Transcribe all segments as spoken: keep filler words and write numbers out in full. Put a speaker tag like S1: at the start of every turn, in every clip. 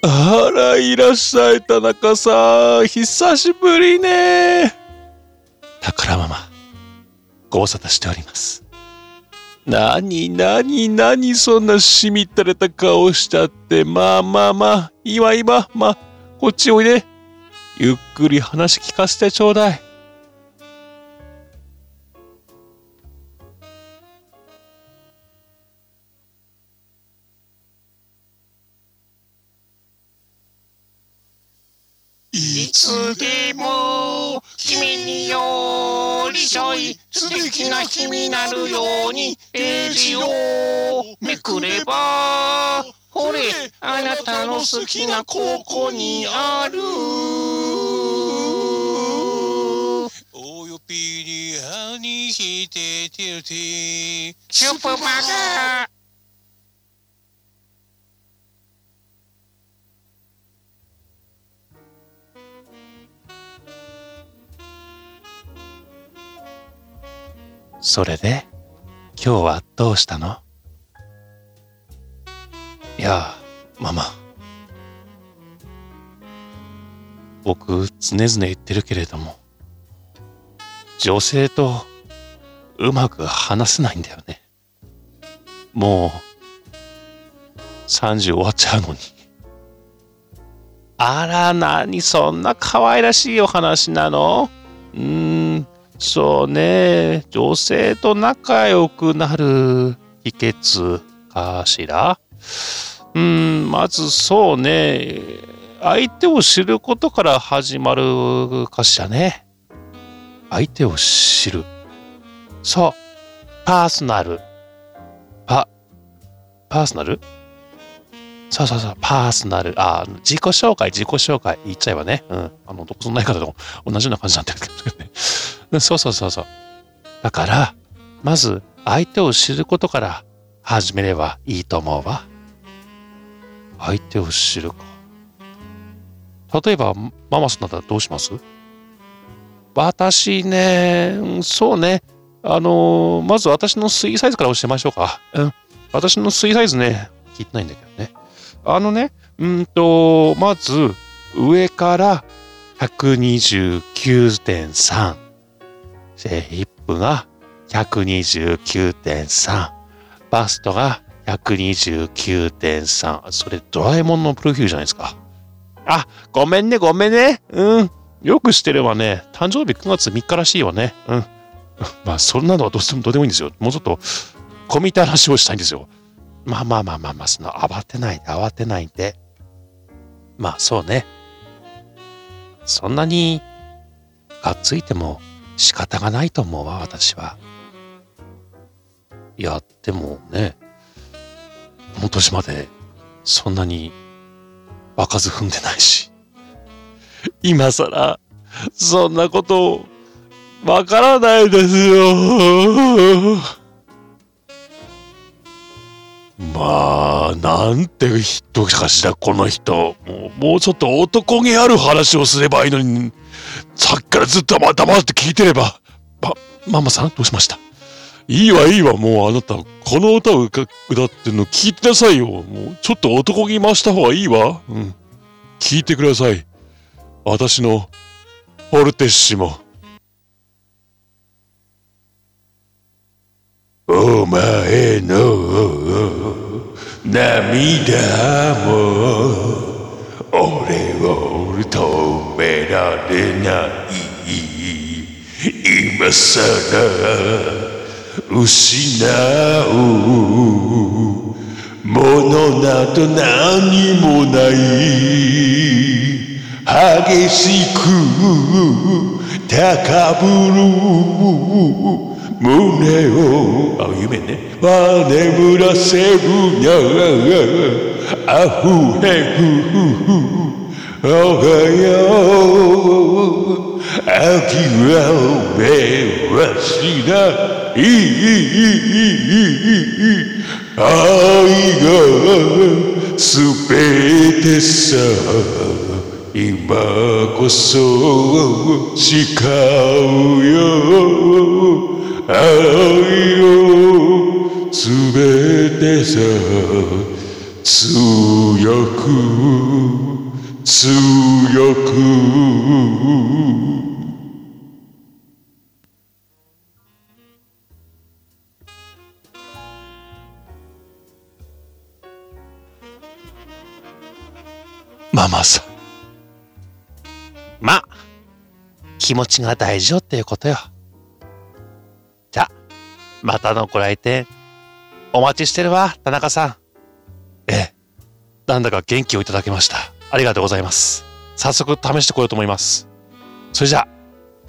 S1: あら、いらっしゃい、田中さん。久しぶりね。宝ママ、ご無沙汰しております。なになになに、そんなしみったれた顔しちゃって。まあまあまあ、今今、まあ、こっちおいで。ゆっくり話聞かせてちょうだい。
S2: いつでも君に寄り添い素敵な日になるようにページをめくればほれあなたの好きなここにあるおよぴりはにしててるてシュープマガー
S1: それで今日はどうしたの？いや、ママ、僕常々言ってるけれども、女性とうまく話せないんだよね。もうさんじゅう終わっちゃうのに。あら、なにそんな可愛らしいお話なの？うーんそうね、女性と仲良くなる秘訣かしら。うーん、まずそうね、相手を知ることから始まるかしらね。相手を知る。そう、パーソナル。パ、パーソナル？そうそうそう、パーソナル。あ、自己紹介、自己紹介。言っちゃえばね。うん。あの、どこそんない方と同じような感じなんだけどね。そうそうそうそう。だから、まず、相手を知ることから始めればいいと思うわ。相手を知るか。例えば、ママさんだったらどうします？私ね、そうね。あのー、まず私の水サイズから教えましょうか。うん。私の水サイズね、聞いてないんだけどね。あのね、うんと、まず、上からひゃくにじゅうきゅうてんさん。ヒップが ひゃくにじゅうきゅうてんさん。バストが ひゃくにじゅうきゅうてんさん。それ、ドラえもんのプロフィールじゃないですか。あ、ごめんね、ごめんね。うん。よくしてればね、誕生日くがつみっからしいわね。うん。まあ、そんなのはどうしてもどうでもいいんですよ。もうちょっと、込み入った話をしたいんですよ。まあまあまあまあまあ、その慌てないで慌てないで。まあそうね。そんなにがっついても仕方がないと思うわ、私は。いや、でもね、この年までそんなに場数踏んでないし。今更、そんなことわからないですよ。まあ、なんて人かしら、この人。もう、もうちょっと男気ある話をすればいいのに、さっきからずっと黙って聞いてれば。ま、ママさんどうしました？いいわいいわ、もうあなた、この歌を歌ってるの聞いてなさいよ。もう、ちょっと男気増した方がいいわ。うん。聞いてください。私の、フォルテッシモ。お前の涙も俺を止められない今さら失うものなど何もない激しく高ぶる胸をあ夢ねは眠らせるなあふへふおはよう諦めはしない愛がすべてさ今こそ誓うよ愛をすべてさ強く強くママさん。まあ気持ちが大事よっていうことよ。じゃあまたのご来店お待ちしてるわ、田中さん。ええ、なんだか元気をいただきました。ありがとうございます。早速試してこようと思います。それじゃあ。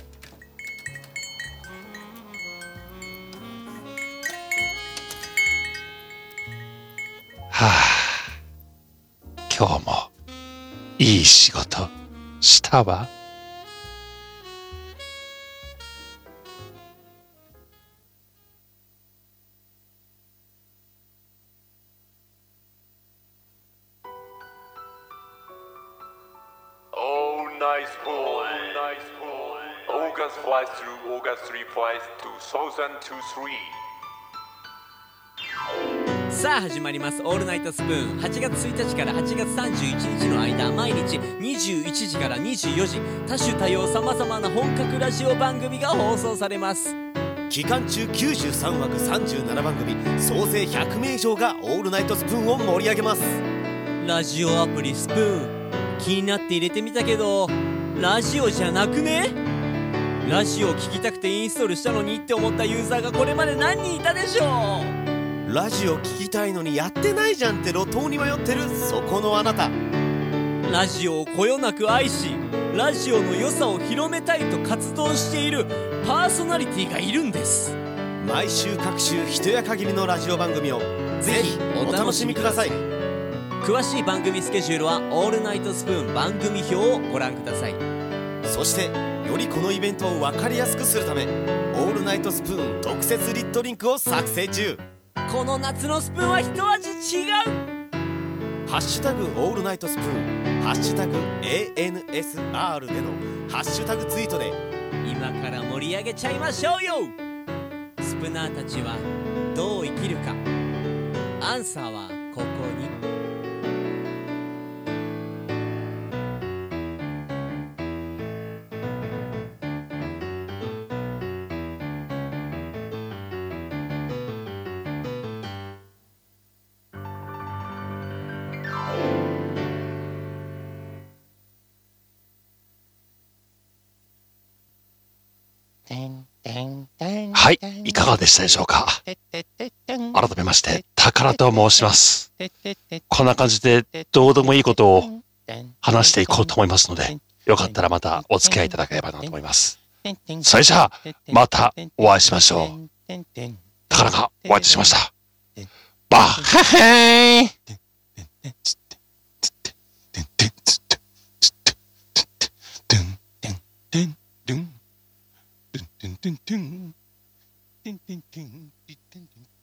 S1: はあ、今日もいい仕事したわ。
S3: Oh, nice boy, nice boy. August flies through August three flies two thousand twenty-three.
S4: さあ始まりますオールナイトスプーン。はちがつついたちからはちがつさんじゅういちにちの間、毎日にじゅういちじからにじゅうよじ、多種多様さまざまな本格ラジオ番組が放送されます。
S5: 期間中きゅうじゅうさんわくさんじゅうななばんぐみ、総勢ひゃくめい以上がオールナイトスプーンを盛り上げます。
S4: ラジオアプリスプーン、気になって入れてみたけどラジオじゃなくね？ラジオ聞きたくてインストールしたのにって思ったユーザーがこれまで何人いたでしょう。
S5: ラジオ聞きたいのにやってないじゃんって路頭に迷ってるそこのあなた。
S4: ラジオをこよなく愛し、ラジオの良さを広めたいと活動しているパーソナリティがいるんです。
S5: 毎週各週一夜限りのラジオ番組をぜひお楽しみください。
S4: 詳しい番組スケジュールはオールナイトスプーン番組表をご覧ください。
S5: そしてよりこのイベントを分かりやすくするため、オールナイトスプーン特設リットリンクを作成中。
S4: この夏のスプーンは一味違う。
S5: ハッシュタグオールナイトスプーン、ハッシュタグ エーエヌエスアール でのハッシュタグツイートで
S4: 今から盛り上げちゃいましょうよ。スプナーたちはどう生きるか、アンサーはここに。
S1: はい、いかがでしたでしょうか。改めまして宝と申します。こんな感じでどうでもいいことを話していこうと思いますので、よかったらまたお付き合いいただければなと思います。それじゃあまたお会いしましょう。宝がお会いしました。バッハヘーイ。Dun dun dun dun dun dun dun dun dun dun